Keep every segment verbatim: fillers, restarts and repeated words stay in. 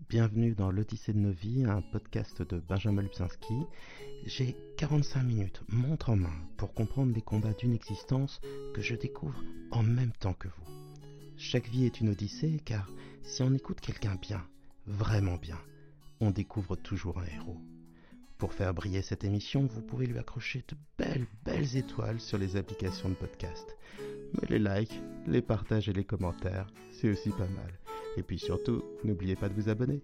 bienvenue dans l'Odyssée de nos vies, un podcast de Benjamin Lubzinski. J'ai quarante-cinq minutes, montre en main, pour comprendre les combats d'une existence que je découvre en même temps que vous. Chaque vie est une odyssée, car si on écoute quelqu'un bien, vraiment bien, on découvre toujours un héros. Pour faire briller cette émission, vous pouvez lui accrocher de belles, belles étoiles sur les applications de podcast. Mais les likes, les partages et les commentaires, c'est aussi pas mal. Et puis surtout, n'oubliez pas de vous abonner.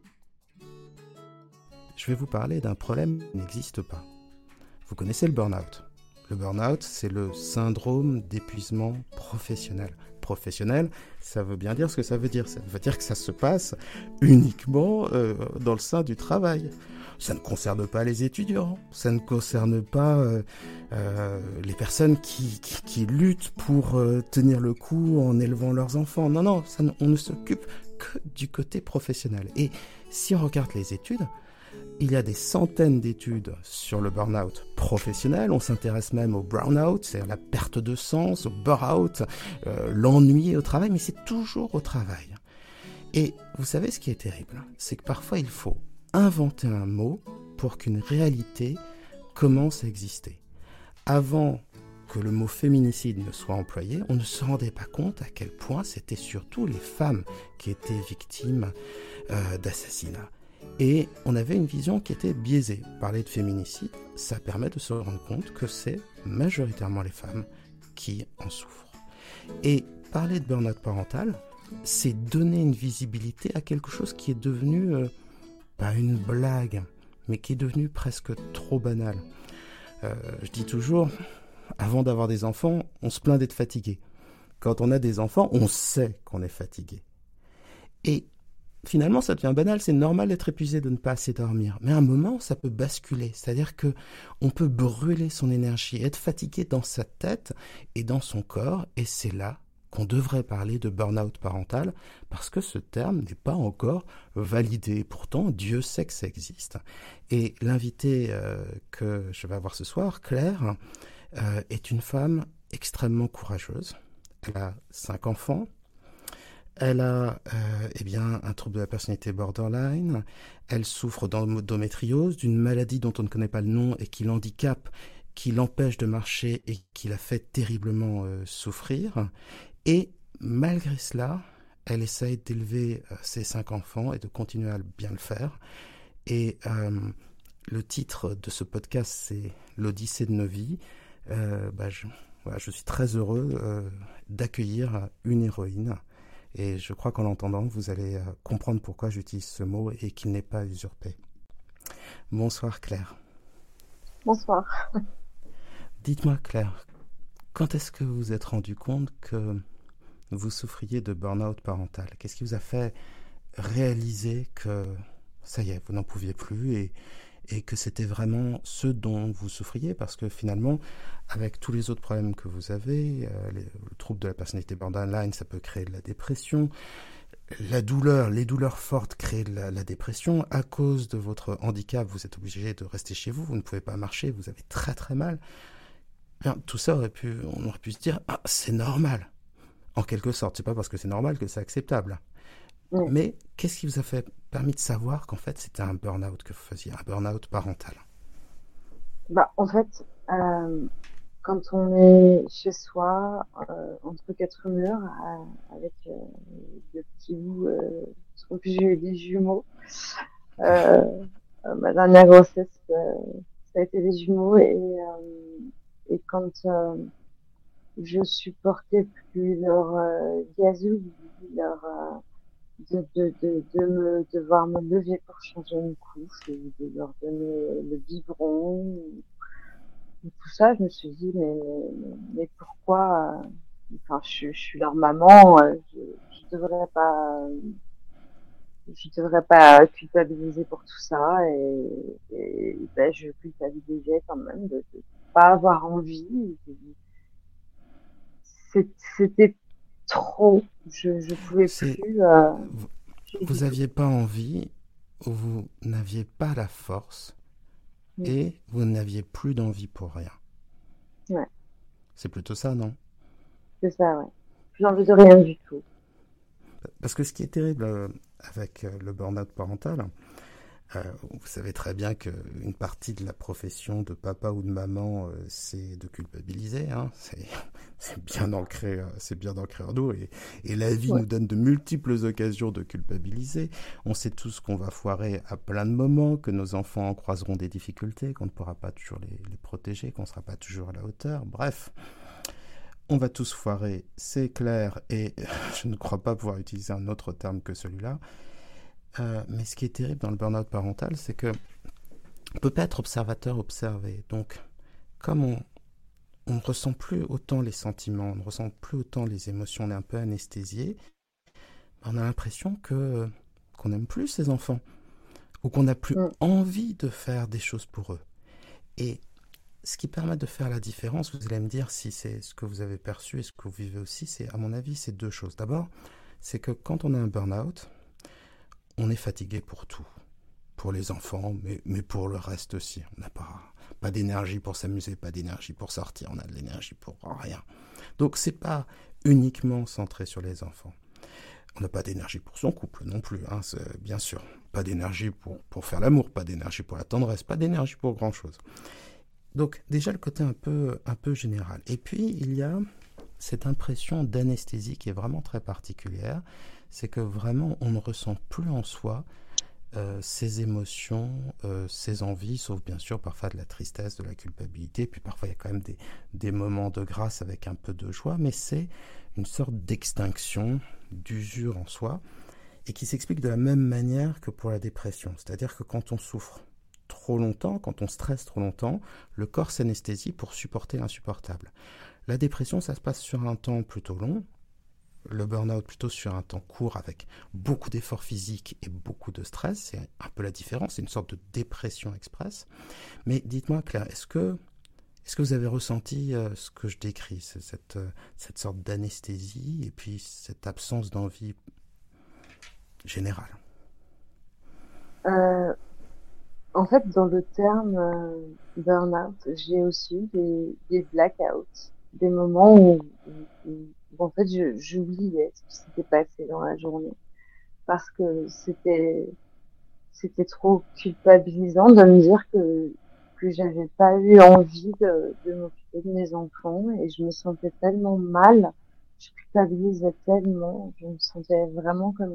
Je vais vous parler d'un problème qui n'existe pas. Vous connaissez le burn-out. Le burn-out, c'est le syndrome d'épuisement professionnel. Professionnel, ça veut bien dire ce que ça veut dire. Ça veut dire que ça se passe uniquement euh, dans le sein du travail. Ça ne concerne pas les étudiants, ça ne concerne pas euh, euh, les personnes qui, qui, qui luttent pour euh, tenir le coup en élevant leurs enfants. Non, non, ça ne, on ne s'occupe que du côté professionnel. Et si on regarde les études, il y a des centaines d'études sur le burn-out professionnel. On s'intéresse même au brown-out, c'est-à-dire la perte de sens, au burn-out, euh, l'ennui au travail, mais c'est toujours au travail. Et vous savez ce qui est terrible, c'est que parfois il faut inventer un mot pour qu'une réalité commence à exister. Avant que le mot féminicide ne soit employé, on ne se rendait pas compte à quel point c'était surtout les femmes qui étaient victimes euh, d'assassinats. Et on avait une vision qui était biaisée. Parler de féminicide, ça permet de se rendre compte que c'est majoritairement les femmes qui en souffrent. Et parler de burn-out parental, c'est donner une visibilité à quelque chose qui est devenu... Euh, pas une blague, mais qui est devenu presque trop banal. Euh, je dis toujours, avant d'avoir des enfants, on se plaint d'être fatigué. Quand on a des enfants, on sait qu'on est fatigué. Et finalement, ça devient banal, c'est normal d'être épuisé, de ne pas assez dormir. Mais à un moment, ça peut basculer, c'est-à-dire que on peut brûler son énergie, être fatigué dans sa tête et dans son corps, et c'est là qu'on devrait parler de burn-out parental, parce que ce terme n'est pas encore validé. Pourtant, Dieu sait que ça existe. Et l'invitée euh, que je vais avoir ce soir, Claire, euh, est une femme extrêmement courageuse. Elle a cinq enfants. Elle a euh, eh bien, un trouble de la personnalité borderline. Elle souffre d'endométriose, d'une maladie dont on ne connaît pas le nom et qui l'handicape, qui l'empêche de marcher et qui la fait terriblement euh, souffrir. Et malgré cela, elle essaye d'élever euh, ses cinq enfants et de continuer à bien le faire. Et euh, le titre de ce podcast, c'est l'Odyssée de nos vies. Euh, bah, je, voilà, je suis très heureux euh, d'accueillir une héroïne. Et je crois qu'en l'entendant, vous allez euh, comprendre pourquoi j'utilise ce mot et qu'il n'est pas usurpé. Bonsoir Claire. Bonsoir. Dites-moi Claire, quand est-ce que vous vous êtes rendu compte que vous souffriez de burn-out parental? Qu'est-ce qui vous a fait réaliser que ça y est, vous n'en pouviez plus et, et que c'était vraiment ce dont vous souffriez? Parce que finalement, avec tous les autres problèmes que vous avez, euh, les, le trouble de la personnalité borderline, ça peut créer de la dépression. La douleur, les douleurs fortes créent de la, la dépression. À cause de votre handicap, vous êtes obligé de rester chez vous, vous ne pouvez pas marcher, vous avez très très mal. Bien, tout ça, aurait pu, on aurait pu se dire, ah, c'est normal. En quelque sorte, c'est pas parce que c'est normal que c'est acceptable. Oui. Mais qu'est-ce qui vous a fait permis de savoir qu'en fait c'était un burn-out que vous faisiez, un burn-out parental? Bah, en fait, euh, quand on est chez soi, euh, entre quatre murs, euh, avec euh, deux petits bouts, euh, parce qu'en plus j'ai eu des jumeaux. Euh, euh, ma dernière grossesse, euh, ça a été des jumeaux et, euh, et quand euh, je supportais plus leur euh, gazou, leur euh, de, de, de, de me devoir me lever pour changer une couche, ou de leur donner le biberon, et tout ça, je me suis dit, mais, mais, mais pourquoi, euh, enfin, je, je suis leur maman, euh, je, je devrais pas, euh, je devrais pas culpabiliser pour tout ça, et, et ben, je culpabilisais quand même de, de pas avoir envie. C'était trop, je, je pouvais C'est, plus, euh, vous, plus vous du tout. aviez pas envie, vous n'aviez pas la force Mm. et vous n'aviez plus d'envie pour rien. Ouais, C'est plutôt ça, non? c'est ça, ouais. Plus envie de rien du tout. Parce que ce qui est terrible euh, avec euh, le burn-out parental. Euh, vous savez très bien qu'une partie de la profession de papa ou de maman, euh, c'est de culpabiliser. Hein. C'est, c'est bien ancré, euh, c'est bien ancré en nous. Et, et la vie Ouais. nous donne de multiples occasions de culpabiliser. On sait tous qu'on va foirer à plein de moments, que nos enfants croiseront des difficultés, qu'on ne pourra pas toujours les, les protéger, qu'on ne sera pas toujours à la hauteur. Bref, on va tous foirer, c'est clair. Et je ne crois pas pouvoir utiliser un autre terme que celui-là. Euh, mais ce qui est terrible dans le burn-out parental, c'est que on peut pas être observateur observé. Donc, comme on on ne ressent plus autant les sentiments, on ne ressent plus autant les émotions, on est un peu anesthésié, on a l'impression que qu'on n'aime plus ses enfants ou qu'on n'a plus Mm. envie de faire des choses pour eux. Et ce qui permet de faire la différence, vous allez me dire si c'est ce que vous avez perçu et ce que vous vivez aussi, c'est à mon avis, c'est deux choses. D'abord, c'est que quand on a un burn-out, on est fatigué pour tout. Pour les enfants, mais, mais pour le reste aussi. On n'a pas, pas d'énergie pour s'amuser, pas d'énergie pour sortir, on a de l'énergie pour rien. Donc c'est pas uniquement centré sur les enfants. On n'a pas d'énergie pour son couple non plus, hein, bien sûr. Pas d'énergie pour, pour faire l'amour, pas d'énergie pour la tendresse, pas d'énergie pour grand-chose. Donc déjà le côté un peu, un peu général. Et puis il y a cette impression d'anesthésie qui est vraiment très particulière. C'est que vraiment on ne ressent plus en soi euh, ses émotions, euh, ses envies, sauf bien sûr parfois de la tristesse, de la culpabilité, puis parfois il y a quand même des, des moments de grâce avec un peu de joie, mais c'est une sorte d'extinction, d'usure en soi, et qui s'explique de la même manière que pour la dépression. C'est-à-dire que quand on souffre trop longtemps, quand on stresse trop longtemps, le corps s'anesthésie pour supporter l'insupportable. La dépression, ça se passe sur un temps plutôt long, le burn-out plutôt sur un temps court avec beaucoup d'efforts physiques et beaucoup de stress. C'est un peu la différence, c'est une sorte de dépression express. Mais dites-moi Claire, est-ce que, est-ce que vous avez ressenti euh, ce que je décris, c'est cette, euh, cette sorte d'anesthésie et puis cette absence d'envie générale? Euh, en fait, dans le terme euh, burn-out, j'ai aussi des, des blackouts, des moments où, où, où, où en fait je j'oubliais ce qui s'était passé dans la journée parce que c'était c'était trop culpabilisant de me dire que que j'avais pas eu envie de, de m'occuper de mes enfants et je me sentais tellement mal, je culpabilisais tellement, je me sentais vraiment comme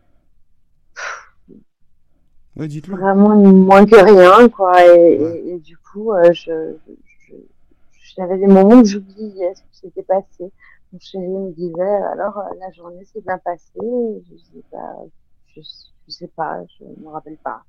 Oui, dites-le. vraiment moins que rien, quoi. Et, Ouais. et, et du coup, euh, je, je, j'avais des moments où j'oubliais ce qui s'était passé. Mon chéri me disait, alors, euh, la journée s'est bien passée. Et je disais, bah, je, je sais pas, je me rappelle pas.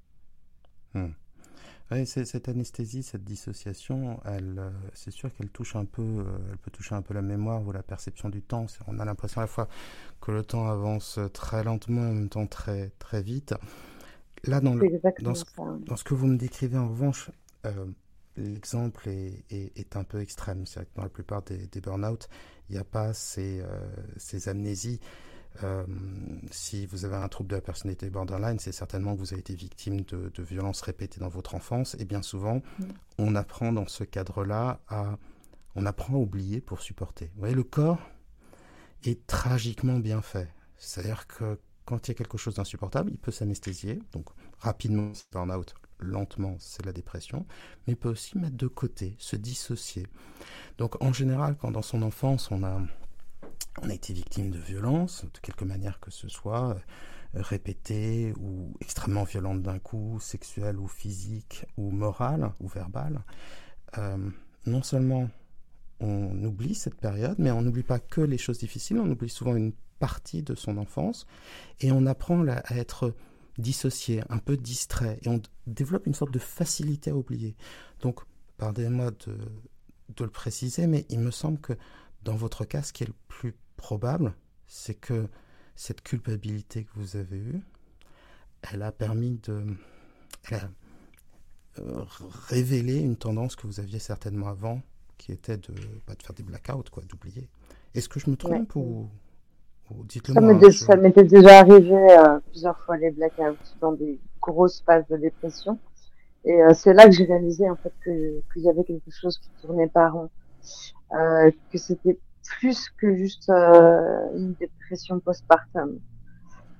Hmm. Ouais, c'est, cette anesthésie, cette dissociation, elle, euh, c'est sûr qu'elle touche un peu, euh, elle peut toucher un peu la mémoire ou la perception du temps. C'est- On a l'impression à la fois que le temps avance très lentement, en même temps très très vite. Là, dans C'est le, dans exactement ce, ça. dans ce que vous me décrivez, en revanche, euh, l'exemple est, est, est un peu extrême. C'est vrai que dans la plupart des, des burn-out, il n'y a pas ces, euh, ces amnésies. Euh, si vous avez un trouble de la personnalité borderline, c'est certainement que vous avez été victime de, de violences répétées dans votre enfance. Et bien souvent, Mm. on apprend dans ce cadre-là à, on apprend à oublier pour supporter. Vous voyez, le corps est tragiquement bien fait. C'est-à-dire que quand il y a quelque chose d'insupportable, il peut s'anesthésier. Donc rapidement, c'est le burn-out. Lentement, c'est la dépression. Mais il peut aussi mettre de côté, se dissocier. Donc en général, quand dans son enfance, on a on a été victime de violences, de quelque manière que ce soit, euh, répétées ou extrêmement violentes d'un coup, sexuelles ou physiques ou morales ou verbales. Euh, non seulement on oublie cette période, mais on n'oublie pas que les choses difficiles, on oublie souvent une partie de son enfance et on apprend là, à être dissocié, un peu distrait et on développe une sorte de facilité à oublier. Donc, pardonnez-moi de, de le préciser, mais il me semble que dans votre cas, ce qui est le plus probable, c'est que cette culpabilité que vous avez eue, elle a permis de... Elle a euh, révélé une tendance que vous aviez certainement avant, qui était de, bah, de faire des blackouts, quoi, d'oublier. Est-ce que je me Ouais. trompe ou, ou dites-le Ça moi, hein, m'était, je... ça m'était déjà arrivé euh, plusieurs fois les blackouts dans des grosses phases de dépression. Et euh, c'est là que j'ai réalisé en fait que qu'il y avait quelque chose qui tournait pas rond, euh, que c'était plus que juste euh, une dépression postpartum.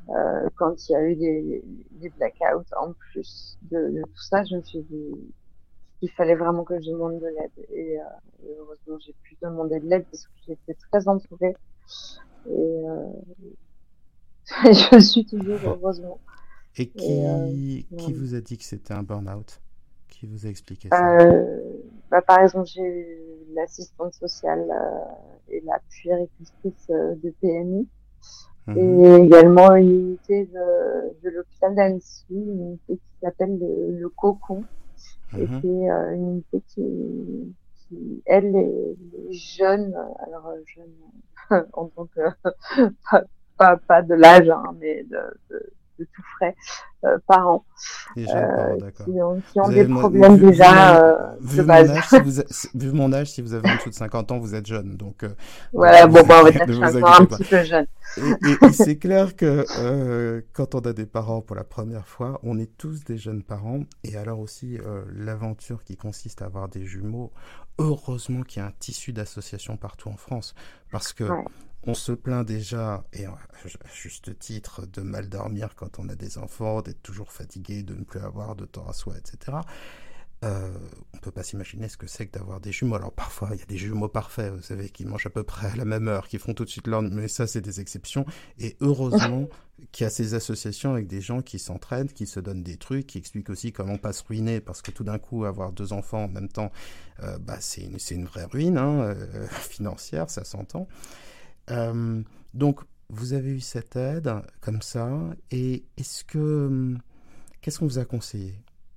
Euh, quand il y a eu des, des blackouts en plus de, de tout ça, je me suis dit qu'il fallait vraiment que je demande de l'aide. Et, euh, et heureusement, j'ai pu demander de l'aide parce que j'étais très entourée. Et euh, je suis toujours, heureusement. Et Et, euh, qui, qui voilà. vous a dit que c'était un burn-out? Qui vous a expliqué ça? Euh, bah, par exemple, j'ai eu l'assistante sociale euh, et la puéricultrice euh, de P M I. Mhm, Et également une unité de, de l'hôpital d'Annecy, une unité qui s'appelle le, le Cocon, et mhm. qui est euh, une unité qui, qui aide les, les jeunes, alors euh, jeunes en tant que pas, pas, pas de l'âge, hein, mais de, de, de tout frais, euh, parents, Les jeunes parents, euh, d'accord. qui ont, qui ont Vous des avez, moi, problèmes vu, vu mon, déjà euh, de vu mon base. âge, si vous, a- si- vu mon âge, si vous avez en dessous de cinquante ans, vous êtes jeune. Donc, euh, donc Voilà, ne bon, vous bah, on va inquiétez, dire ne que je suis vous encore un inquiétez pas. petit peu jeune. Et, et- et c'est clair que euh, quand on a des parents pour la première fois, on est tous des jeunes parents. Et alors aussi, euh, l'aventure qui consiste à avoir des jumeaux, heureusement qu'il y a un tissu d'associations partout en France. Parce que Ouais. on se plaint déjà, et à juste titre, de mal dormir quand on a des enfants, d'être toujours fatigué, de ne plus avoir de temps à soi, et cetera. Euh, on peut pas s'imaginer ce que c'est que d'avoir des jumeaux. Alors parfois, il y a des jumeaux parfaits, vous savez, qui mangent à peu près à la même heure, qui font tout de suite leur... Mais ça, c'est des exceptions. Et heureusement qu'il y a ces associations avec des gens qui s'entraident, qui se donnent des trucs, qui expliquent aussi comment pas se ruiner, parce que tout d'un coup, avoir deux enfants en même temps, euh, bah, c'est une, c'est une vraie ruine hein, euh, financière, ça s'entend. Euh, donc, vous avez eu cette aide comme ça, et est-ce que... Qu'est-ce qu'on vous a conseillé?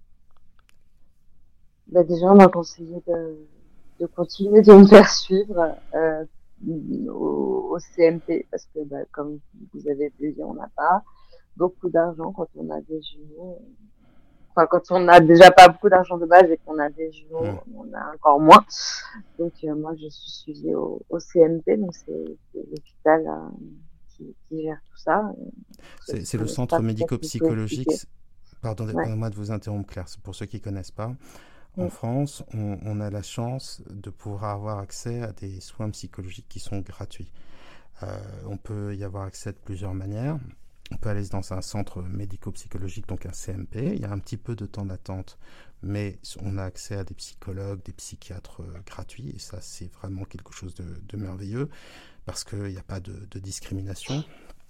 Bah, déjà, on m'a conseillé de, de continuer de me faire suivre euh, au, au C M P parce que, bah, comme vous avez pu dire, on n'a pas beaucoup d'argent quand on a des jumeaux. Enfin, quand on n'a déjà pas beaucoup d'argent de base et qu'on a des Hmm. jumeaux, on a encore moins. Donc, euh, moi, je suis suivie au, au C M P, donc c'est c'est l'hôpital euh, qui, qui gère tout ça. C'est C'est, c'est le le centre staff qui peut médico-psychologique. expliquer. Pardon, Ouais. pardonnez-moi de vous interrompre, Claire. C'est pour ceux qui ne connaissent pas. En Mm. France, on, on a la chance de pouvoir avoir accès à des soins psychologiques qui sont gratuits. Euh, on peut y avoir accès de plusieurs manières. On peut aller dans un centre médico-psychologique, donc un C M P. Il y a un petit peu de temps d'attente, mais on a accès à des psychologues, des psychiatres euh, gratuits. Et ça, c'est vraiment quelque chose de, de merveilleux parce qu'il n'y a pas de, de discrimination.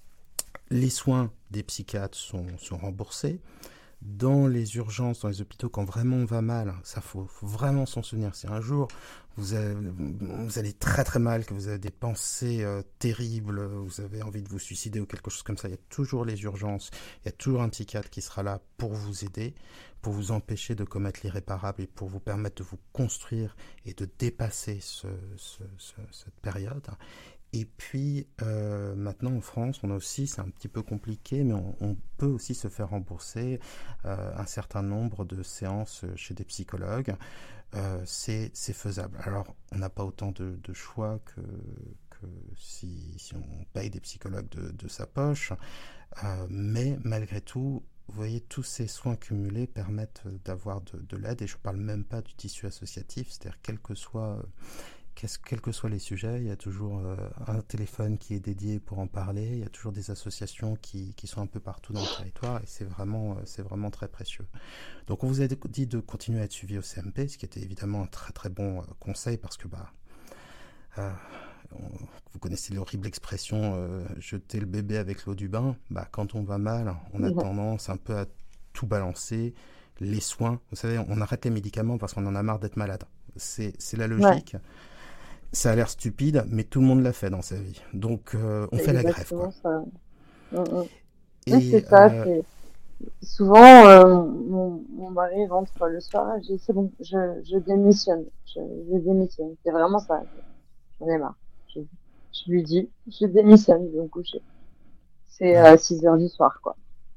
Les soins des psychiatres sont, sont remboursés. Dans les urgences, dans les hôpitaux, quand vraiment on va mal, ça faut, faut vraiment s'en souvenir. Si un jour vous, avez, vous allez très très mal, que vous avez des pensées euh, terribles, vous avez envie de vous suicider ou quelque chose comme ça, il y a toujours les urgences, il y a toujours un psychiatre qui sera là pour vous aider, pour vous empêcher de commettre l'irréparable et pour vous permettre de vous construire et de dépasser ce, ce, ce, cette période. Et puis euh, maintenant en France, on a aussi, c'est un petit peu compliqué, mais on, on peut aussi se faire rembourser euh, un certain nombre de séances chez des psychologues. Euh, c'est, c'est faisable. Alors, on n'a pas autant de, de choix que, que si, si on paye des psychologues de, de sa poche, euh, mais malgré tout, vous voyez, tous ces soins cumulés permettent d'avoir de, de l'aide, et je ne parle même pas du tissu associatif, c'est-à-dire quel que soit quels que soient les sujets, il y a toujours euh, un téléphone qui est dédié pour en parler, il y a toujours des associations qui, qui sont un peu partout dans le territoire, et c'est vraiment, c'est vraiment très précieux. Donc on vous a dit de continuer à être suivi au C M P, ce qui était évidemment un très très bon euh, conseil, parce que bah, euh, on, vous connaissez l'horrible expression euh, jeter le bébé avec l'eau du bain. Bah, quand on va mal, on a tendance un peu à tout balancer, les soins, vous savez, on arrête les médicaments parce qu'on en a marre d'être malade. C'est, c'est la Ouais, logique. Ça a l'air stupide, mais tout le monde l'a fait dans sa vie. Donc, euh, on c'est fait la grève, quoi. exactement ça. Mm, mm. Oui, c'est Et ça. euh, C'est souvent euh, mon, mon mari rentre le soir, je dis c'est bon, je, je démissionne, je, je démissionne. C'est vraiment ça. J'en ai marre. Je, je lui dis, je démissionne, je vais me coucher. C'est ouais, à six heures du soir, quoi.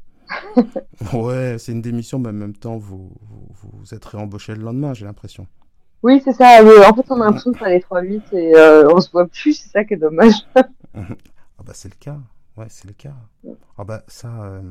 ouais, c'est une démission, mais en même temps, vous, vous, vous êtes réembauché le lendemain, j'ai l'impression. Oui, c'est ça. Oui, en fait, on a l'impression de faire les trois huit et euh, on se voit plus. C'est ça qui est dommage. Ah bah c'est le cas, ouais, c'est le cas. Ah bah ça, euh,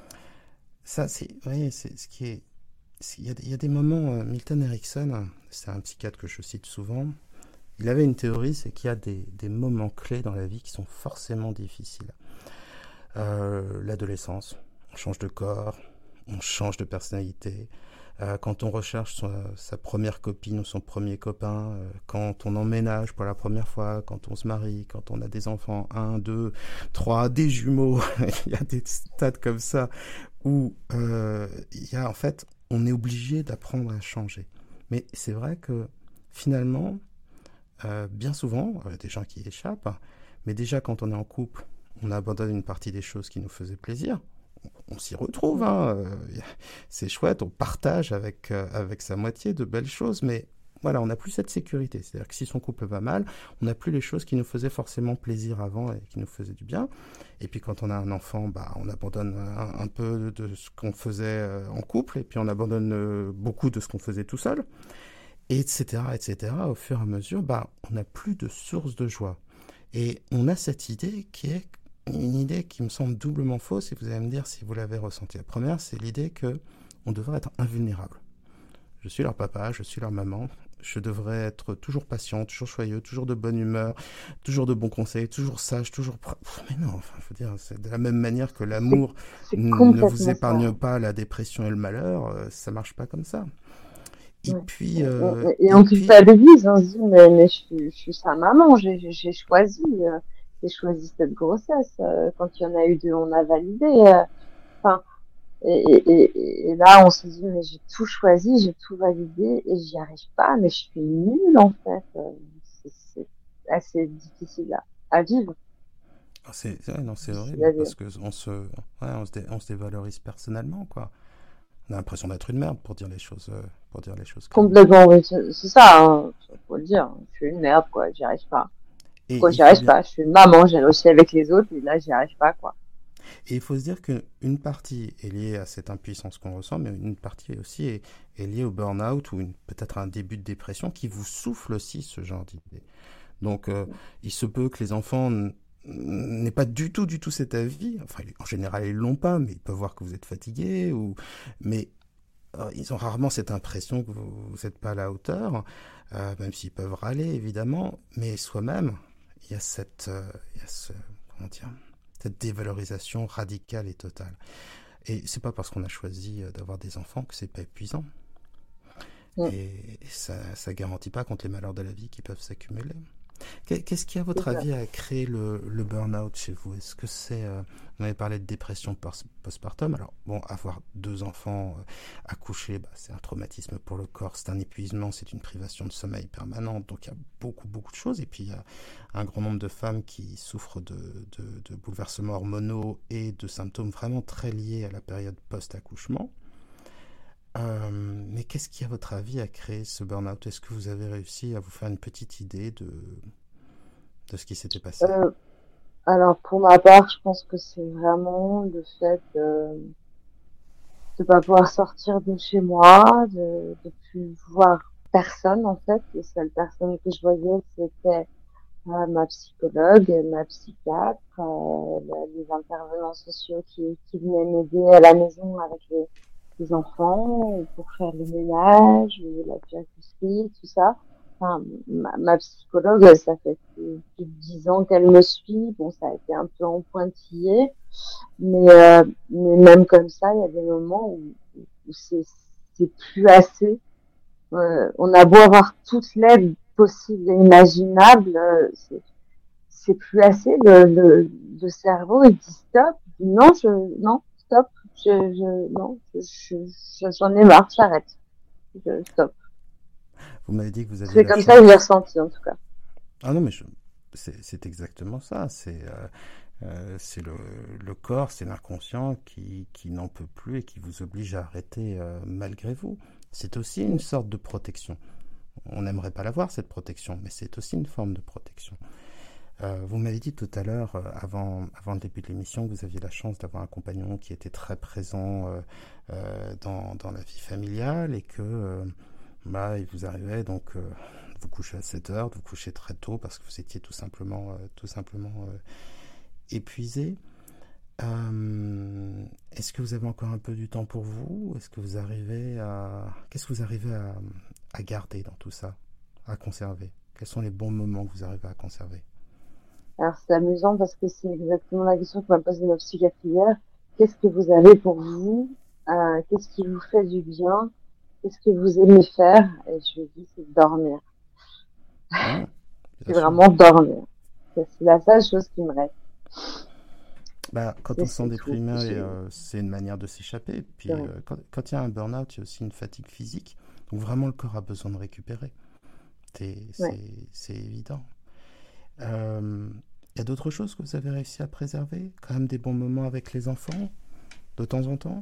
ça c'est, ouais, c'est ce qui est, il y, a, il y a des moments, euh, Milton Erickson, c'est un psychiatre que je cite souvent, il avait une théorie, c'est qu'il y a des, des moments clés dans la vie qui sont forcément difficiles. Euh, l'adolescence, on change de corps, on change de personnalité. Euh, quand on recherche sa, sa première copine ou son premier copain, euh, quand on emménage pour la première fois, quand on se marie, quand on a des enfants, un, deux, trois, des jumeaux, il y a des stades comme ça où euh, il y a en fait, on est obligé d'apprendre à changer. Mais c'est vrai que finalement, euh, bien souvent, il y a des gens qui échappent, mais déjà quand on est en couple, on abandonne une partie des choses qui nous faisaient plaisir. On s'y retrouve, hein. euh, c'est chouette, on partage avec, euh, avec sa moitié de belles choses, mais voilà, on n'a plus cette sécurité. C'est-à-dire que si son couple va mal, on n'a plus les choses qui nous faisaient forcément plaisir avant et qui nous faisaient du bien. Et puis quand on a un enfant, bah, on abandonne un, un peu de ce qu'on faisait euh, en couple, et puis on abandonne euh, beaucoup de ce qu'on faisait tout seul, et etc., et cetera. Au fur et à mesure, bah, on n'a plus de source de joie. Et on a cette idée qui est une idée qui me semble doublement fausse, et vous allez me dire si vous l'avez ressentie. La première, c'est l'idée que on devrait être invulnérable. Je suis leur papa, je suis leur maman, je devrais être toujours patient, toujours joyeux, toujours de bonne humeur, toujours de bons conseils, toujours sage, toujours... Mais non, enfin, faut dire, c'est de la même manière que C'est, l'amour c'est n- ne vous complètement épargne ça. pas la dépression et le malheur, euh, ça marche pas comme ça. Et Ouais. puis, On- euh, on- Et et on puis, culpabilise, on se dit, mais, mais je, suis, je suis sa maman, j'ai j'ai- j'ai choisi, euh, j'ai choisi cette grossesse. euh, Quand il y en a eu deux, on a validé. euh, Enfin, et, et, et, et là, on se dit, mais j'ai tout choisi, j'ai tout validé et j'y arrive pas, mais je suis nulle en fait. Euh, C'est c'est assez difficile à, à vivre. ah, c'est, ouais, non, c'est Difficile à horrible parce vivre. que on se, ouais, on se, dé- on se dévalorise personnellement, quoi. On a l'impression d'être une merde pour dire les choses, euh, pour dire les choses clairement. Complètement, oui, c'est c'est ça, hein, faut le dire. Je suis une merde, quoi, j'y arrive pas. Et Pourquoi il j'y faut arrive bien, pas? Je suis une maman, j'ai aussi avec les autres, et là, j'y arrive pas, quoi. et il faut se dire qu'une partie est liée à cette impuissance qu'on ressent, mais une partie aussi est, est liée au burn-out ou une, peut-être un début de dépression qui vous souffle aussi ce genre d'idée. Donc, euh, il se peut que les enfants n- n'aient pas du tout, du tout cet avis. Enfin, en général, ils l'ont pas, mais ils peuvent voir que vous êtes fatigué ou, mais euh, ils ont rarement cette impression que vous n'êtes pas à la hauteur, euh, même s'ils peuvent râler, évidemment, mais soi-même, il y a cette, euh, il y a ce, comment dire, cette dévalorisation radicale et totale. Et c'est pas parce qu'on a choisi euh, d'avoir des enfants que c'est pas épuisant. Mm, Et ça, ça garantit pas contre les malheurs de la vie qui peuvent s'accumuler. Qu'est-ce qui, à c'est votre ça. avis, a créé le, le burn-out chez vous? Est-ce que c'est... Euh, vous avez parlé de dépression post- postpartum. Alors, bon, avoir deux enfants, euh, accoucher, bah, c'est un traumatisme pour le corps, c'est un épuisement, c'est une privation de sommeil permanente. Donc, il y a beaucoup, beaucoup de choses. Et puis, il y a un grand nombre de femmes qui souffrent de, de, de bouleversements hormonaux et de symptômes vraiment très liés à la période post-accouchement. Euh, mais qu'est-ce qui, à votre avis, a créé ce burn-out? Est-ce que vous avez réussi à vous faire une petite idée de, de ce qui s'était passé? Euh, alors, pour ma part, je pense que c'est vraiment le fait de de pas pouvoir sortir de chez moi, de, de plus voir personne, en fait. Les seules personnes que je voyais, c'était euh, ma psychologue, ma psychiatre, euh, les intervenants sociaux qui, qui venaient m'aider à la maison avec les, les enfants pour faire le ménage, la diagnostic, tout ça. Enfin, ma, ma psychologue, ça fait plus, plus de dix ans qu'elle me suit. Bon, ça a été un peu en pointillé, mais, euh, mais même comme ça, il y a des moments où, où c'est, c'est plus assez. Euh, on a beau avoir toute l'aide possible et imaginable, euh, c'est, c'est plus assez. Le, le, le cerveau, il dit stop. Il dit non, je, non, stop. Je, je, non, je, je, j'en ai marre, j'arrête. Je, stop. Vous m'avez dit que vous aviez C'est la comme ça que j'ai chance. ressenti, en tout cas. Ah non, mais je- c'est c'est exactement ça. C'est euh, euh, c'est le, le corps, c'est l'inconscient qui, qui n'en peut plus et qui vous oblige à arrêter euh, malgré vous. C'est aussi une sorte de protection. On n'aimerait pas l'avoir, cette protection, mais c'est aussi une forme de protection. Euh, vous m'avez dit tout à l'heure, euh, avant, avant le début de l'émission, que vous aviez la chance d'avoir un compagnon qui était très présent euh, euh, dans, dans la vie familiale et que euh, bah, il vous arrivait donc euh, de vous coucher à sept heures, de vous coucher très tôt parce que vous étiez tout simplement, euh, tout simplement euh, épuisé. Euh, est-ce que vous avez encore un peu du temps pour vous? Est-ce que vous arrivez à... Qu'est-ce que vous arrivez à, à garder dans tout ça, à conserver? Quels sont les bons moments que vous arrivez à conserver? Alors c'est amusant parce que c'est exactement la question que m'a posée notre psychiatre hier. Qu'est-ce que vous avez pour vous? Euh, qu'est-ce qui vous fait du bien? Qu'est-ce que vous aimez faire? Et je lui ai dit, c'est dormir. Mmh, bien C'est sûr. vraiment dormir. C'est la seule chose qui me reste. Bah, quand C'est on se sent c'est tout. déprimé, J'ai- euh, c'est une manière de s'échapper. c'est Puis vrai. euh, quand, quand il y a un burn-out, il y a aussi une fatigue physique. Donc vraiment, le corps a besoin de récupérer. T'es- Ouais. C'est c'est évident. Euh, Il y a d'autres choses que vous avez réussi à préserver? Quand même des bons moments avec les enfants, de temps en temps?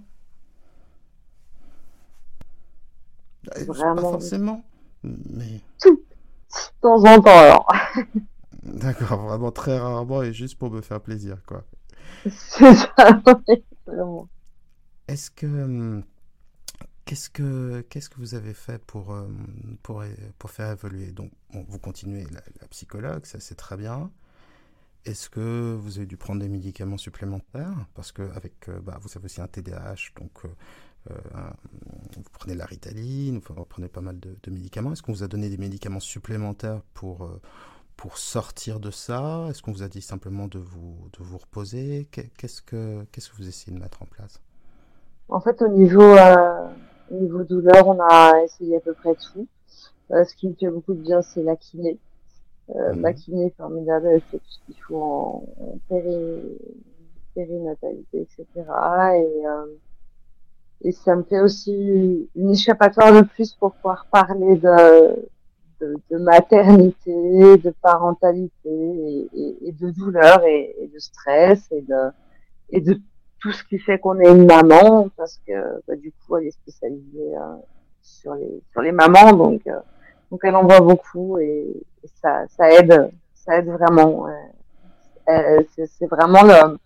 Euh, Pas Vraiment, forcément, mais tout. De temps en temps, alors. d'accord, vraiment très rarement et juste pour me faire plaisir, quoi. C'est ça, ouais, vraiment. Est-ce que hum, qu'est-ce que qu'est-ce que vous avez fait pour euh, pour pour faire évoluer? Donc bon, vous continuez la, la psychologue, ça c'est très bien. Est-ce que vous avez dû prendre des médicaments supplémentaires? Parce que avec euh, bah, vous avez aussi un T D A H, donc euh, euh, un- vous prenez de la Ritaline, vous prenez pas mal de, de médicaments. Est-ce qu'on vous a donné des médicaments supplémentaires pour euh, pour sortir de ça? Est-ce qu'on vous a dit simplement de vous de vous reposer? Qu'est- Qu'est-ce que qu'est-ce que vous essayez de mettre en place? En fait, au niveau, euh, au niveau douleur, on a essayé à peu près tout. Euh, ce qui me fait beaucoup de bien, c'est la kiné. Euh, ma Mhm. kiné est formidable, elle fait tout ce qu'il faut en, en péri, périnatalité, et cetera. Et, euh, et ça me fait aussi une échappatoire de plus pour pouvoir parler de, de, de maternité, de parentalité et, et, et de douleur et, et de stress et de, et de tout ce qui fait qu'on est une maman parce que bah, du coup elle est spécialisée euh, sur les sur les mamans donc euh, donc elle en voit beaucoup et, et ça ça aide ça aide vraiment ouais. Euh, c'est c'est vraiment le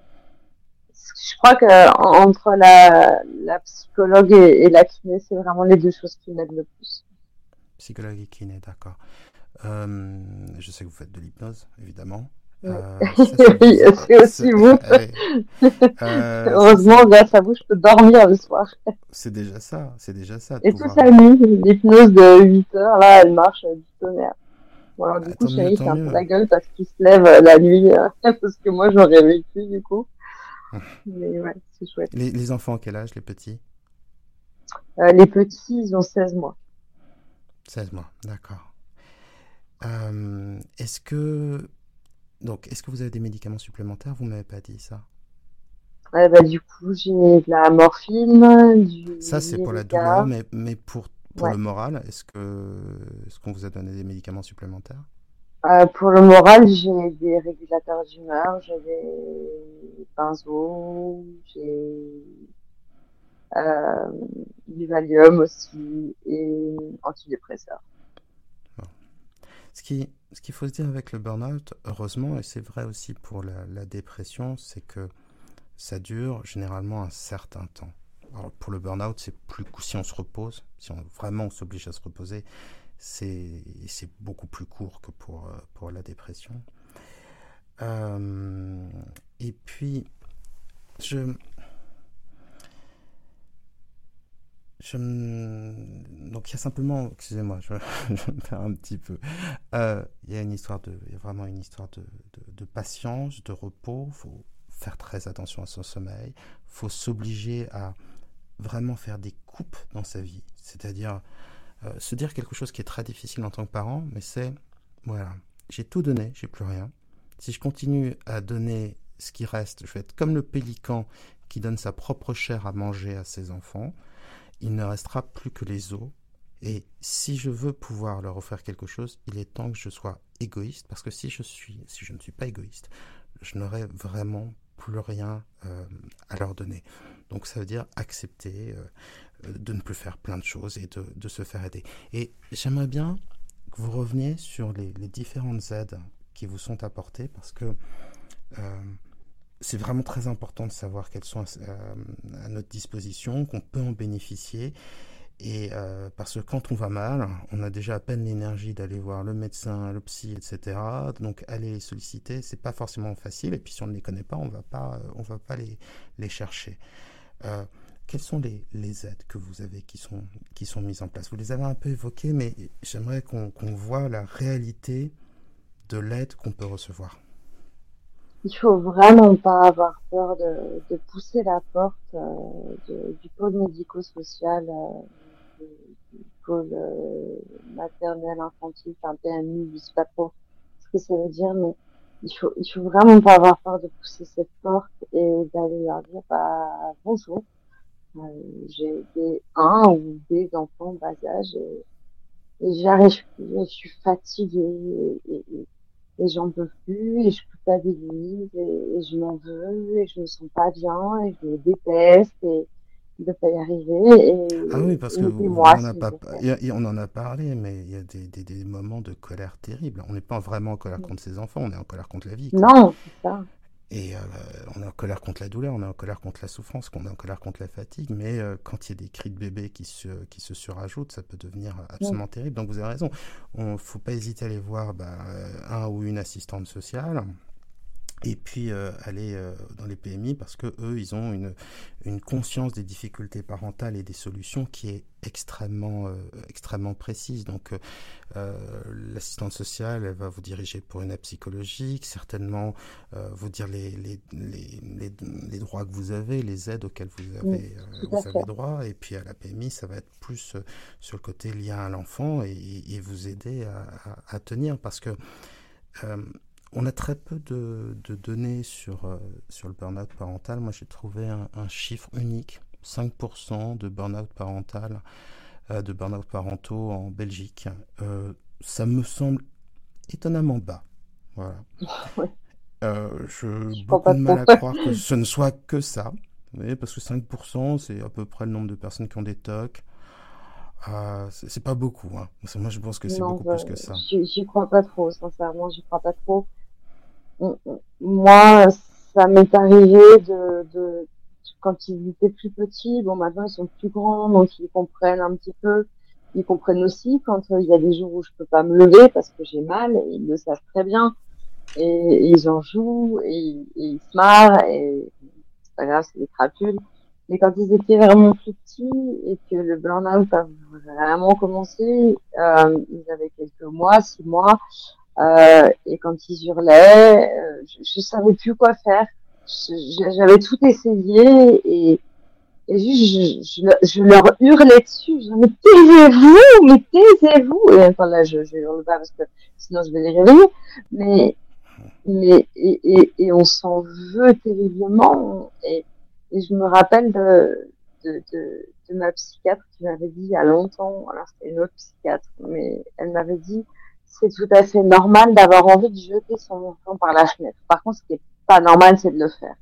je crois que entre la la psychologue et, et la kiné c'est vraiment les deux choses qui m'aident le plus. Psychologue et kiné, d'accord. Euh, je sais que vous faites de l'hypnose, évidemment. Ouais. Euh, ça, ça Oui, vous... a- c'est aussi C'est vous. euh, euh, ça, ça- Heureusement, grâce à vous, je peux dormir le soir. c'est déjà ça, c'est déjà ça de Et toute pouvoir... la euh, nuit, l'hypnose de huit heures, là, elle marche euh, du tonnerre. Bon, alors du ah, coup, tant mieux, chérie, tant c'est un peu mieux. la gueule parce qu'il se lève euh, la nuit, euh, parce que moi, j'aurais vécu, du coup. Mais ouais, c'est chouette. Les, les enfants, quel âge, les petits? Euh, les petits, ils ont seize mois. Seize mois, d'accord. Euh, est-ce que... Donc, est-ce que vous avez des médicaments supplémentaires? Vous m'avez pas dit ça. Ouais, bah, du coup, j'ai de la morphine, du Ça, c'est pour la douleur, Lyrica. mais, mais pour, pour Ouais. le moral, est-ce que est-ce qu'on vous a donné des médicaments supplémentaires? Euh, pour le moral, j'ai des régulateurs d'humeur, j'ai des benzos, j'ai euh, du Valium aussi et antidépresseurs. Bon. Ce qui, ce qu'il faut se dire avec le burn-out, heureusement, et c'est vrai aussi pour la, la dépression, c'est que ça dure généralement un certain temps. Alors, pour le burn-out, c'est plus court si on se repose, si on vraiment on s'oblige à se reposer, c'est c'est beaucoup plus court que pour, euh, pour la dépression. Euh, et puis, je, je m- donc il y a simplement, excusez-moi, je, je me perds un petit peu. Euh, il y a une histoire de, il y a vraiment une histoire de, de, de patience, de repos. Faut faire très attention à son sommeil. Faut s'obliger à vraiment faire des coupes dans sa vie. C'est-à-dire euh, se dire quelque chose qui est très difficile en tant que parent, mais c'est, voilà, j'ai tout donné, j'ai plus rien. Si je continue à donner ce qui reste, je vais être comme le pélican qui donne sa propre chair à manger à ses enfants. Il ne restera plus que les os. Et si je veux pouvoir leur offrir quelque chose, il est temps que je sois égoïste, parce que si je suis, si je ne suis pas égoïste, je n'aurai vraiment plus rien euh, à leur donner. Donc ça veut dire accepter euh, de ne plus faire plein de choses et de, de se faire aider. Et j'aimerais bien que vous reveniez sur les, les différentes aides qui vous sont apportées, parce que euh, c'est vraiment très important de savoir qu'elles sont euh, à notre disposition, qu'on peut en bénéficier. Et euh, parce que quand on va mal, on a déjà à peine l'énergie d'aller voir le médecin, le psy, et cetera. Donc aller les solliciter, c'est pas forcément facile. Et puis si on ne les connaît pas, on va pas, on va pas les, les chercher. Euh, quelles sont les, les aides que vous avez qui sont, qui sont mises en place? Vous les avez un peu évoquées, mais j'aimerais qu'on qu'on voit la réalité de l'aide qu'on peut recevoir. il faut vraiment pas avoir peur de, de pousser la porte euh, de- du pôle médico-social, euh, du, du pôle euh, maternel, infantile, enfin P M I, je sais pas trop ce que ça veut dire, mais il faut, il faut vraiment pas avoir peur de pousser cette porte et d'aller leur dire, bah, bonjour, euh, j'ai des un ou des enfants bas âge et, et j'arrive plus, et je suis fatiguée et, et, et j'en peux plus et je culpabilise et, et je m'en veux et je me sens pas bien et je me déteste et de pas y arriver Ah oui, et parce que on aidez-moi en a s'il pas, vous plaît. il y a- il y a- on en a parlé, mais il y a des, des, des moments de colère terribles. On n'est pas vraiment en colère contre ses enfants, on est en colère contre la vie, quoi. Non, c'est ça. Et euh, on est en colère contre la douleur, on est en colère contre la souffrance, on est en colère contre la fatigue, mais euh, quand il y a des cris de bébé qui se, qui se surajoutent, ça peut devenir Mm. absolument terrible. Donc vous avez raison, il ne faut pas hésiter à aller voir bah, un ou une assistante sociale, et puis euh, aller euh, dans les P M I parce que eux ils ont une, une conscience des difficultés parentales et des solutions qui est extrêmement euh, extrêmement précise. Donc euh, euh, l'assistante sociale elle va vous diriger pour une aide psychologique, certainement euh, vous dire les, les, les, les, les droits que vous avez, les aides auxquelles vous Mm. avez euh, Tout à vous avez fait. droit, et puis à la P M I ça va être plus euh, sur le côté lien à l'enfant et, et vous aider à, à, à tenir parce que euh, on a très peu de, de données sur, euh, sur le burn-out parental. Moi, j'ai trouvé un, un chiffre unique, cinq pour cent de burn-out parental, euh, de burn-out parentaux en Belgique. Euh, ça me semble étonnamment bas. Voilà. Oui, Euh, j'ai je crois beaucoup pas de mal trop. à croire que ce ne soit que ça. Vous voyez, parce que cinq pour cent, c'est à peu près le nombre de personnes qui ont des T O C. Euh, c'est, c'est pas beaucoup. Hein. Moi, je pense que c'est Non, beaucoup plus que je- ça. j'y j'y crois pas trop, sincèrement, j'y crois pas trop. Mm, mm. Moi, ça m'est arrivé de, de, quand ils étaient plus petits, bon, maintenant ils sont plus grands, donc ils comprennent un petit peu. Ils comprennent aussi quand euh, il y a des jours où je peux pas me lever parce que j'ai mal, et ils le savent très bien. Et, et ils en jouent, et, et ils se marrent, et c'est pas grave, c'est des crapules. Mais quand ils étaient vraiment plus petits et que le burn-out a vraiment commencé, euh, ils avaient quelques mois, six mois, euh, et quand ils hurlaient, euh, je, je savais plus quoi faire. Je- J'avais tout essayé et, et juste, je, je, je leur hurlais dessus. Je disais, mais taisez-vous, mais taisez-vous. Et enfin là, je, je hurle pas parce que sinon je vais les réveiller. Mais, mais et, et, et on s'en veut terriblement. Et, et je me rappelle de, de, de, de ma psychiatre qui m'avait dit il y a longtemps, alors c'était une autre psychiatre, mais elle m'avait dit c'est tout à fait normal d'avoir envie de jeter son enfant par la fenêtre. Par contre, ce qui est pas normal, c'est de le faire.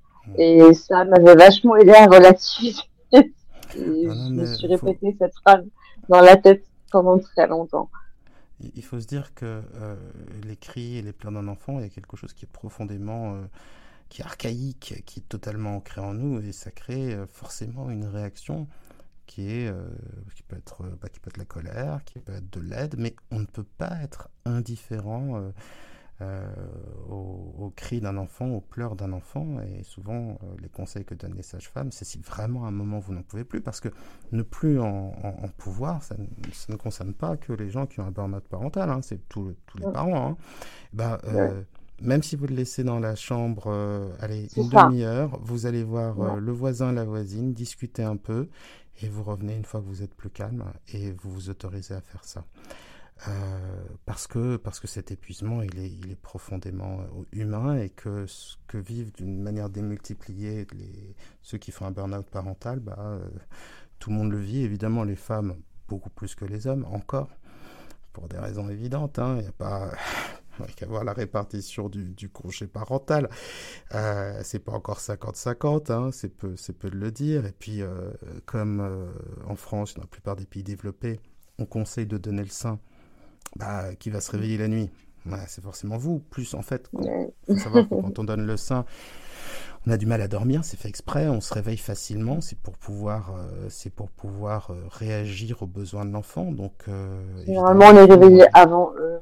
Et ça m'avait vachement aidé à relativiser. Et Ah non, je me mais suis faut, répété cette phrase dans la tête pendant très longtemps. il faut se dire que euh, les cris et les pleurs d'un enfant, il y a quelque chose qui est profondément, euh, qui est archaïque, qui est totalement ancré en nous, et ça crée euh, forcément une réaction qui est, euh, qui peut être, bah, qui peut être la colère, qui peut être de l'aide, mais on ne peut pas être indifférent euh, euh, aux, aux cris d'un enfant, aux pleurs d'un enfant. Et souvent, euh, les conseils que donnent les sages-femmes, c'est si vraiment à un moment vous n'en pouvez plus, parce que ne plus en, en, en pouvoir, ça, ça ne concerne pas que les gens qui ont un burn-out parental, hein, c'est tout, tous les parents. Hein. Bah, Ouais, euh, même si vous le laissez dans la chambre, euh, allez, c'est une ça. demi-heure, vous allez voir Ouais. euh, le voisin, la voisine, discuter un peu, et vous revenez une fois que vous êtes plus calme, et vous vous autorisez à faire ça. Euh, parce que parce que cet épuisement il est il est profondément euh, humain, et que ce que vivent d'une manière démultipliée les ceux qui font un burn-out parental, bah euh, tout le monde le vit, évidemment les femmes beaucoup plus que les hommes encore, pour des raisons évidentes, hein. Il n'y a pas qu'à voir la répartition du, du congé parental, euh, c'est pas encore cinquante cinquante, hein, c'est peu c'est peu de le dire. Et puis euh, comme euh, en France, dans la plupart des pays développés, on conseille de donner le sein, bah, qui va se réveiller la nuit? Ouais, c'est forcément vous. Plus, en fait, il Ouais. faut savoir que quand on donne le sein, on a du mal à dormir, c'est fait exprès, on se réveille facilement, c'est pour pouvoir, euh, c'est pour pouvoir euh, réagir aux besoins de l'enfant. Donc, euh, Généralement, évidemment, on est vous, réveillé euh, avant eux.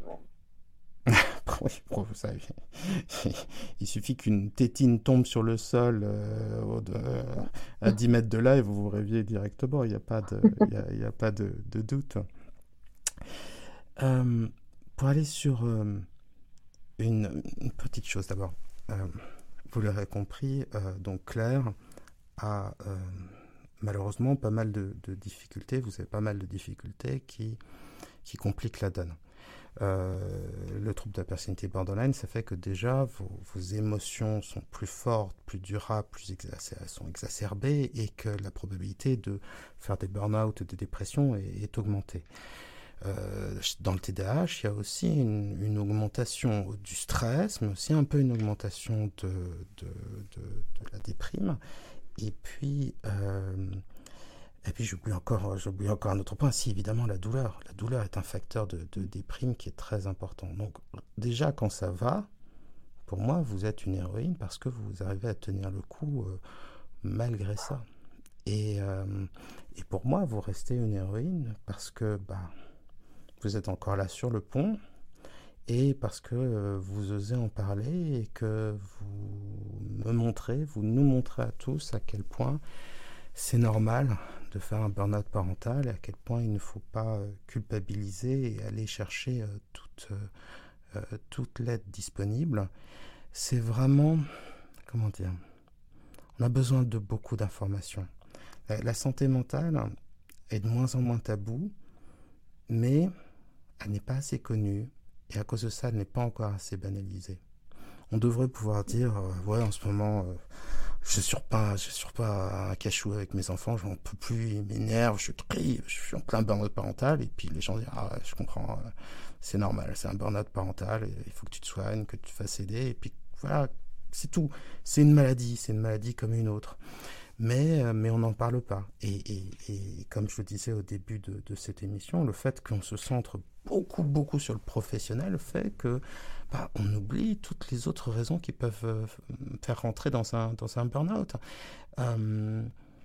oui, bon, vous savez, il suffit qu'une tétine tombe sur le sol euh, au- de- euh, à dix mètres de là et vous vous réveillez directement, il n'y a pas de, il y a, il y a pas de, de doute. Euh, pour aller sur euh, une, une petite chose d'abord. Euh, vous l'aurez compris, euh, donc Claire a euh, malheureusement pas mal de, de difficultés, vous avez pas mal de difficultés qui, qui compliquent la donne. Euh, le trouble de la personnalité borderline, ça fait que déjà vos, vos émotions sont plus fortes, plus durables, plus exacer- sont exacerbées et que la probabilité de faire des burn-out, des dépressions est, est augmentée. Euh, dans le T D A H, il y a aussi une, une augmentation du stress, mais aussi un peu une augmentation de, de, de, de la déprime. Et puis, euh, et puis j'oublie encore, j'oublie encore un autre point, si évidemment la douleur. La douleur est un facteur de, de déprime qui est très important. Donc déjà quand ça va, pour moi vous êtes une héroïne parce que vous arrivez à tenir le coup euh, malgré ça. Et, euh, et pour moi vous restez une héroïne parce que bah, vous êtes encore là sur le pont et parce que euh, vous osez en parler et que vous me montrez, vous nous montrez à tous à quel point c'est normal de faire un burn-out parental et à quel point il ne faut pas culpabiliser et aller chercher toute, euh, toute l'aide disponible. C'est vraiment, comment dire, on a besoin de beaucoup d'informations. La, la santé mentale est de moins en moins taboue, mais elle n'est pas assez connue et à cause de ça, elle n'est pas encore assez banalisée. On devrait pouvoir dire, euh, ouais, en ce moment, euh, je suis pas, je suis pas un cachou avec mes enfants, j'en peux plus, ils m'énervent, je crie, je suis en plein burn-out parental, et puis les gens disent, ah, je comprends, euh, c'est normal, c'est un burn-out parental, il faut que tu te soignes, que tu te fasses aider, et puis voilà, c'est tout. C'est une maladie, c'est une maladie comme une autre. Mais, euh, mais on n'en parle pas. Et, et, et comme je le disais au début de, de cette émission, le fait qu'on se centre beaucoup, beaucoup sur le professionnel fait que bah, on oublie toutes les autres raisons qui peuvent euh, faire rentrer dans un, dans un burn-out. Euh,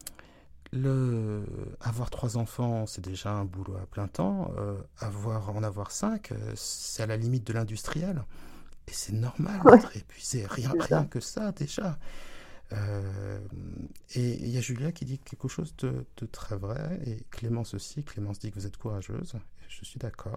le, avoir trois enfants, c'est déjà un boulot à plein temps. Euh, avoir, en avoir cinq, euh, c'est à la limite de l'industriel. Et c'est normal Ouais, d'être épuisé. Rien, c'est rien ça. que ça, déjà. Euh, et il y a Julia qui dit quelque chose de, de très vrai, et Clémence aussi. Clémence dit que vous êtes courageuse, et je suis d'accord.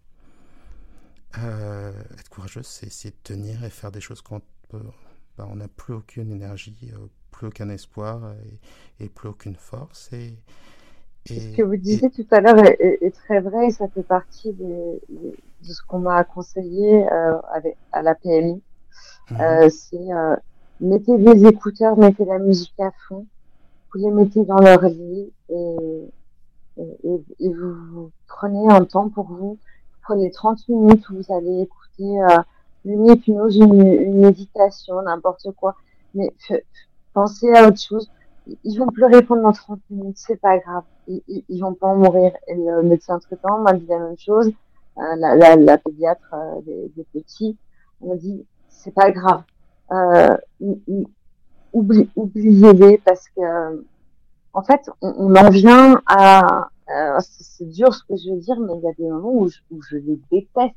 Euh, être courageuse, c'est essayer de tenir et faire des choses quand euh, bah, on n'a plus aucune énergie, euh, plus aucun espoir et, et plus aucune force. Et, Ce que et, vous et disiez tout à l'heure est, est- est très vrai et ça fait partie des- des- de ce qu'on m'a conseillé euh, avec, à la P M I. mhm, Euh, c'est euh, mettez des écouteurs, mettez la musique à fond, vous les mettez dans leur lit et, et, et- et vous, vous prenez un temps pour vous. Vous prenez trente minutes où vous allez écouter euh, une hypnose, une, une méditation, n'importe quoi. Mais f- pensez à autre chose. Ils vont pleurer pendant trente minutes, c'est pas grave. Ils, ils, ils vont pas en mourir. Et le médecin traitant m'a dit la même chose. Euh, la, la, la pédiatre euh, des, des petits m'a dit c'est pas grave. Euh, oublie, oubliez-les parce que en fait, on, on en vient à, euh, c'est c'est dur ce que je veux dire, mais il y a des moments où je, où je les déteste.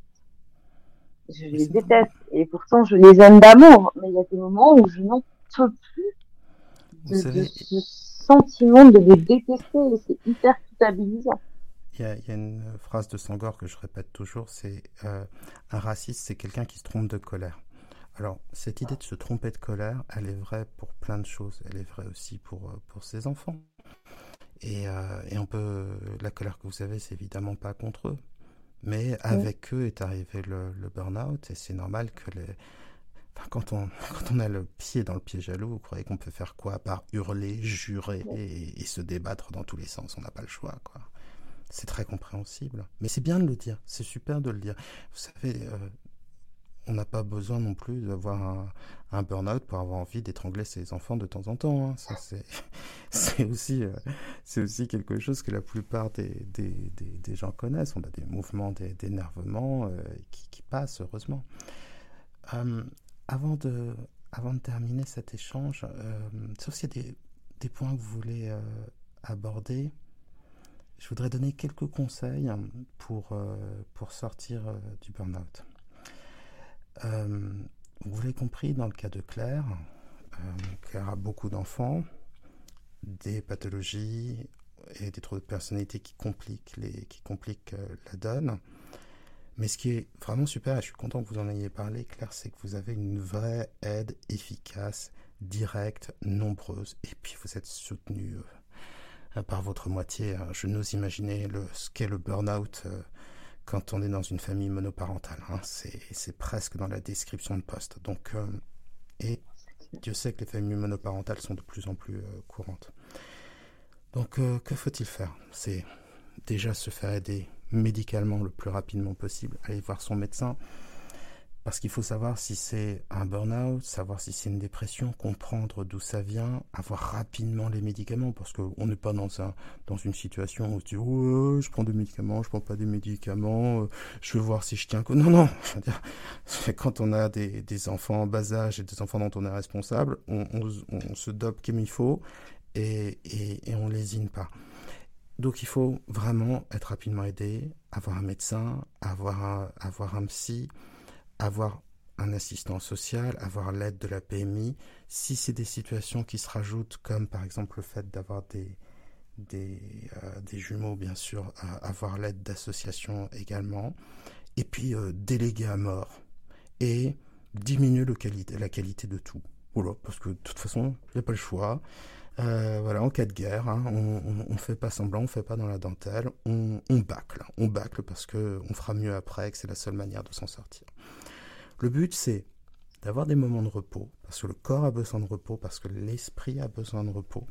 Je mais les c'est normal. déteste. Et pourtant, je les aime d'amour. Mais il y a des moments où je n'en peux plus Vous de, de savez, ce sentiment de les détester. Et c'est hyper culpabilisant. il y, a, il y a une phrase de Senghor que je répète toujours, c'est euh, un raciste, c'est quelqu'un qui se trompe de colère. Alors, cette idée de se tromper de colère, elle est vraie pour plein de choses. Elle est vraie aussi pour, pour ses enfants. Et, euh, et on peut, la colère que vous avez, c'est évidemment pas contre eux. Mais Mm. avec eux est arrivé le, le burn-out et c'est normal que les... Enfin, quand, on, quand on a le pied dans le pied jaloux, vous croyez qu'on peut faire quoi à part hurler, jurer et, et se débattre dans tous les sens. On n'a pas le choix, quoi. C'est très compréhensible. Mais c'est bien de le dire, c'est super de le dire. Vous savez, euh, on n'a pas besoin non plus d'avoir un, un burn-out pour avoir envie d'étrangler ses enfants de temps en temps. Hein. Ça, c'est, c'est, aussi, euh, c'est aussi quelque chose que la plupart des, des, des, des gens connaissent. On a des mouvements d'énervement euh, qui, qui passent, heureusement. Euh, avant, de, avant de terminer cet échange, euh, sauf s'il y a des, des points que vous voulez euh, aborder, je voudrais donner quelques conseils pour, euh, pour sortir euh, du burn-out. Euh, vous l'avez compris, dans le cas de Claire, euh, Claire a beaucoup d'enfants, des pathologies et des troubles de personnalité qui compliquent, les, qui compliquent euh, la donne. Mais ce qui est vraiment super, et je suis content que vous en ayez parlé, Claire, c'est que vous avez une vraie aide efficace, directe, nombreuse, et puis vous êtes soutenu euh, par votre moitié. Je n'ose imaginer le, ce qu'est le burn-out euh, quand on est dans une famille monoparentale. Hein. C'est, c'est presque dans la description de poste. Donc, euh, et Dieu sait que les familles monoparentales sont de plus en plus euh, courantes. Donc, euh, que faut-il faire? C'est déjà se faire aider médicalement le plus rapidement possible, aller voir son médecin, parce qu'il faut savoir si c'est un burn-out, savoir si c'est une dépression, comprendre d'où ça vient, avoir rapidement les médicaments, parce qu'on n'est pas dans, un, dans une situation où tu dis oh, je prends des médicaments, je prends pas des médicaments, euh, je veux voir si je tiens... Non, non, je veux dire, quand on a des, des enfants en bas âge et des enfants dont on est responsable, on, on, on se dope comme il faut et, et, et on lésine pas. Donc il faut vraiment être rapidement aidé, avoir un médecin, avoir un, avoir un psy, avoir un assistant social, avoir l'aide de la P M I. Si c'est des situations qui se rajoutent, comme par exemple le fait d'avoir des, des, euh, des jumeaux, bien sûr, euh, avoir l'aide d'associations également. Et puis euh, déléguer à mort et diminuer le qualité, la qualité de tout. Voilà, parce que de toute façon, il n'y a pas le choix. Euh, voilà, en cas de guerre, hein, on ne fait pas semblant, on ne fait pas dans la dentelle, on, on bâcle, on bâcle parce qu'on fera mieux après, que c'est la seule manière de s'en sortir. Le but, c'est d'avoir des moments de repos, parce que le corps a besoin de repos, parce que l'esprit a besoin de repos.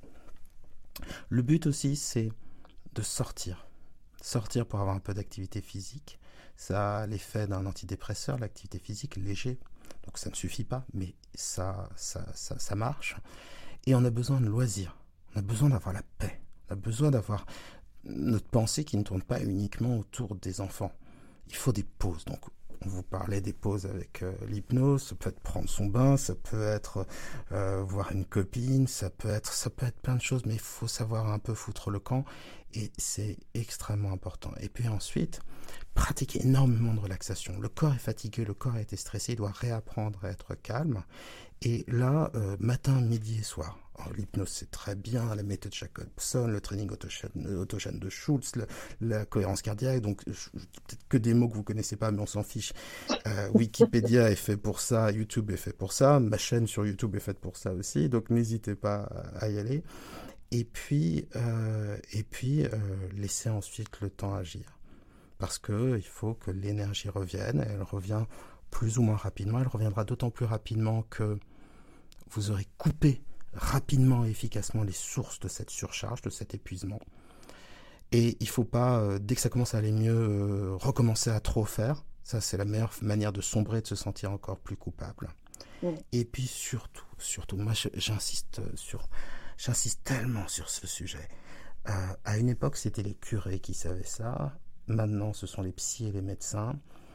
Le but aussi, c'est de sortir, sortir pour avoir un peu d'activité physique. Ça a l'effet d'un antidépresseur, l'activité physique léger, donc ça ne suffit pas, mais ça, ça, ça, ça marche. Et on a besoin de loisirs, on a besoin d'avoir la paix, on a besoin d'avoir notre pensée qui ne tourne pas uniquement autour des enfants. Il faut des pauses. Donc, on vous parlait des pauses avec euh, l'hypnose, ça peut être prendre son bain, ça peut être euh, voir une copine, ça peut être, ça peut être plein de choses, mais il faut savoir un peu foutre le camp et c'est extrêmement important. Et puis ensuite, pratiquer énormément de relaxation. Le corps est fatigué, le corps a été stressé, il doit réapprendre à être calme. Et là, euh, matin, midi et soir. Alors, l'hypnose, c'est très bien, la méthode Jacobson, le training autogène, autogène de Schultz, le, la cohérence cardiaque, donc je, peut-être que des mots que vous connaissez pas, mais on s'en fiche. Euh, Wikipédia est fait pour ça, YouTube est fait pour ça, ma chaîne sur YouTube est faite pour ça aussi, donc n'hésitez pas à y aller. Et puis, euh, et puis euh, laissez ensuite le temps agir. Parce qu'il faut que l'énergie revienne, elle revient plus ou moins rapidement, elle reviendra d'autant plus rapidement que vous aurez coupé rapidement et efficacement les sources de cette surcharge, de cet épuisement. Et il ne faut pas, euh, dès que ça commence à aller mieux, euh, recommencer à trop faire. Ça, c'est la meilleure manière de sombrer, de se sentir encore plus coupable. Mmh. Et puis surtout, surtout, moi j'insiste sur, j'insiste tellement sur ce sujet. Euh, à une époque, c'était les curés qui savaient ça. Maintenant, ce sont les psys et les médecins.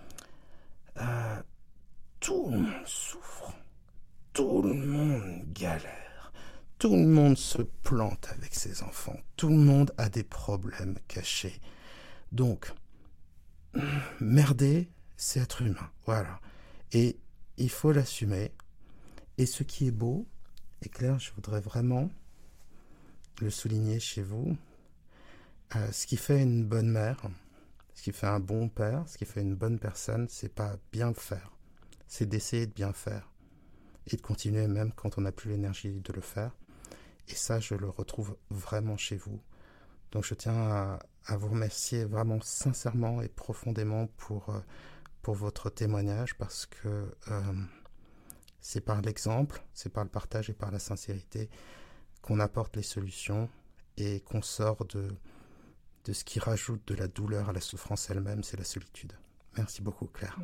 Euh, tout le monde souffre. Tout le monde galère. Tout le monde se plante avec ses enfants. Tout le monde a des problèmes cachés. Donc, merder, c'est être humain. Voilà. Et il faut l'assumer. Et ce qui est beau, et Claire, je voudrais vraiment le souligner chez vous, euh, ce qui fait une bonne mère, ce qui fait un bon père, ce qui fait une bonne personne, c'est pas bien faire. C'est d'essayer de bien faire. Et de continuer même quand on n'a plus l'énergie de le faire. Et ça, je le retrouve vraiment chez vous. Donc je tiens à, à vous remercier vraiment sincèrement et profondément pour, euh, pour votre témoignage, parce que euh, c'est par l'exemple, c'est par le partage et par la sincérité qu'on apporte les solutions et qu'on sort de, de ce qui rajoute de la douleur à la souffrance elle-même, c'est la solitude. Merci beaucoup, Claire.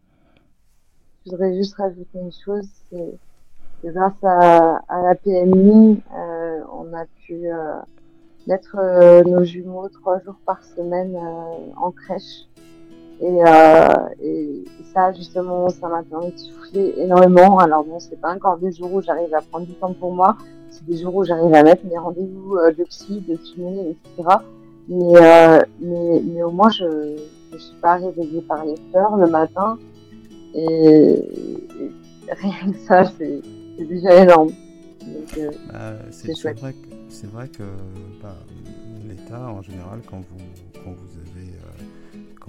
Je voudrais juste rajouter une chose, c'est que grâce à, à la P M I, euh, on a pu euh, mettre euh, nos jumeaux trois jours par semaine euh, en crèche. Et, euh, et ça, justement, ça m'a permis de souffler énormément. Alors bon, c'est pas encore des jours où j'arrive à prendre du temps pour moi, c'est des jours où j'arrive à mettre mes rendez-vous euh, de psy, de kiné, et cetera. Mais, euh, mais, mais au moins, je ne suis pas réveillée par les pleurs le matin. Et, et rien que ça, c'est, c'est déjà énorme. Donc, euh, bah, c'est, c'est, c'est, vrai que, c'est vrai que bah, l'État, en général, quand vous, quand vous avez... Euh, quand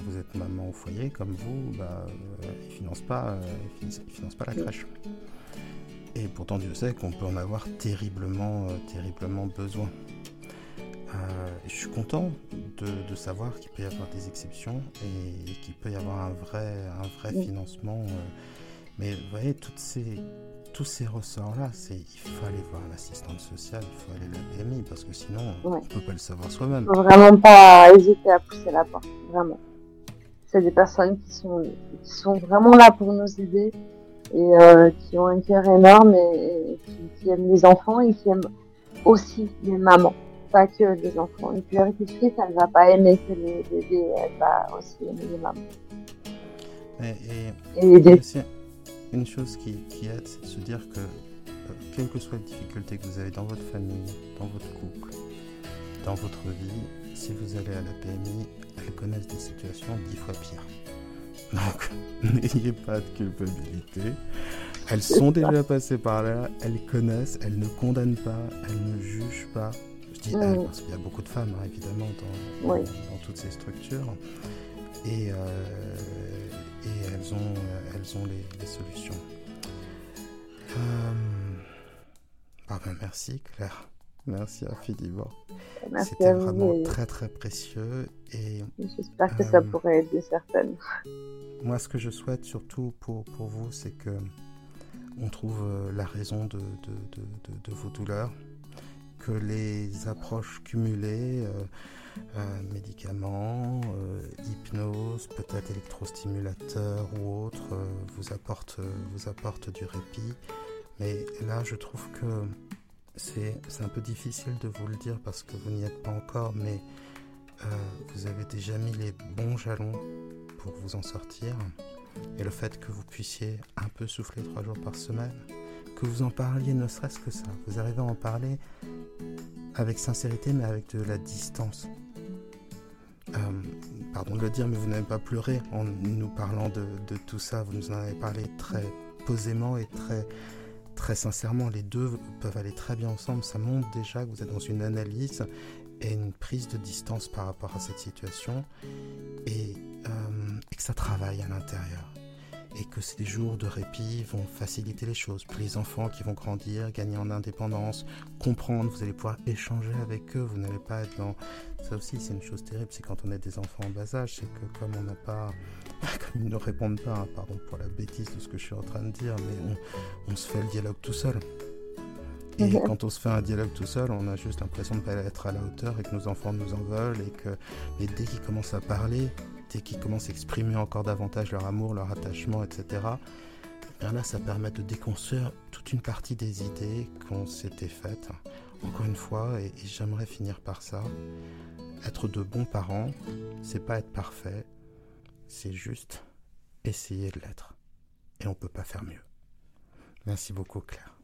vous êtes maman au foyer, comme vous, bah, euh, ils financent pas, euh, ils financent, ils financent pas la crèche. Et pourtant, Dieu sait qu'on peut en avoir terriblement, euh, terriblement besoin. Euh, je suis content de, de savoir qu'il peut y avoir des exceptions et, et qu'il peut y avoir un vrai, un vrai Oui. financement. Euh, mais vous voyez, toutes ces, tous ces ressorts-là, c'est, il faut aller voir l'assistante sociale, il faut aller à la P M I, parce que sinon, Ouais. on ne peut pas le savoir soi-même. Faut vraiment pas hésiter à pousser la porte, vraiment. C'est des personnes qui sont, qui sont vraiment là pour nous aider et euh, qui ont un cœur énorme et, et qui, qui aiment les enfants et qui aiment aussi les mamans, pas que les enfants. Une puéricultrice, elle va pas aimer que les bébés, elle va aussi aimer les mamans. Et, et, Et des... aussi, une chose qui, qui aide, c'est de se dire que, euh, quelles que soient les difficultés que vous avez dans votre famille, dans votre couple, dans votre vie, si vous allez à la P M I, elles connaissent des situations dix fois pires. Donc, n'ayez pas de culpabilité. Elles sont déjà passées par là, elles connaissent, elles ne condamnent pas, elles ne jugent pas. Je dis elles parce qu'il y a beaucoup de femmes, hein, évidemment, dans, oui. dans, dans toutes ces structures. Et, euh, et elles ont, elles ont les, les solutions. Euh... Ah ben merci Claire. Merci infiniment. Merci C'était à vous vraiment et... très très précieux. Et j'espère que euh, ça pourrait aider certaines. Moi, ce que je souhaite surtout pour, pour vous, c'est que on trouve la raison de, de, de, de, de vos douleurs, que les approches cumulées, euh, euh, médicaments, euh, hypnose, peut-être électrostimulateur ou autre, euh, vous apportent, vous apportent du répit. Mais là, je trouve que c'est, c'est un peu difficile de vous le dire parce que vous n'y êtes pas encore, mais euh, vous avez déjà mis les bons jalons pour vous en sortir. Et le fait que vous puissiez un peu souffler trois jours par semaine, que vous en parliez, ne serait-ce que ça, vous arrivez à en parler avec sincérité, mais avec de la distance. Euh, pardon de le dire, mais vous n'avez pas pleuré en nous parlant de, de tout ça. Vous nous en avez parlé très posément et très, très sincèrement. Les deux peuvent aller très bien ensemble. Ça montre déjà que vous êtes dans une analyse et une prise de distance par rapport à cette situation et, euh, et que ça travaille à l'intérieur. Et que ces jours de répit vont faciliter les choses. Puis les enfants qui vont grandir, gagner en indépendance, comprendre, vous allez pouvoir échanger avec eux, vous n'allez pas être dans... Ça aussi, c'est une chose terrible, c'est quand on a des enfants en bas âge, c'est que comme on n'a pas... Comme ils ne répondent pas, hein, pardon pour la bêtise de ce que je suis en train de dire, mais on, on se fait le dialogue tout seul. Et mmh. quand on se fait un dialogue tout seul, on a juste l'impression de ne pas être à la hauteur et que nos enfants nous en veulent et que... Mais dès qu'ils commencent à parler... et qui commencent à exprimer encore davantage leur amour, leur attachement, et cetera. Et bien là, ça permet de déconstruire toute une partie des idées qu'on s'était faites. Encore une fois, et, et j'aimerais finir par ça, être de bons parents, c'est pas être parfait, c'est juste essayer de l'être. Et on peut pas faire mieux. Merci beaucoup, Claire.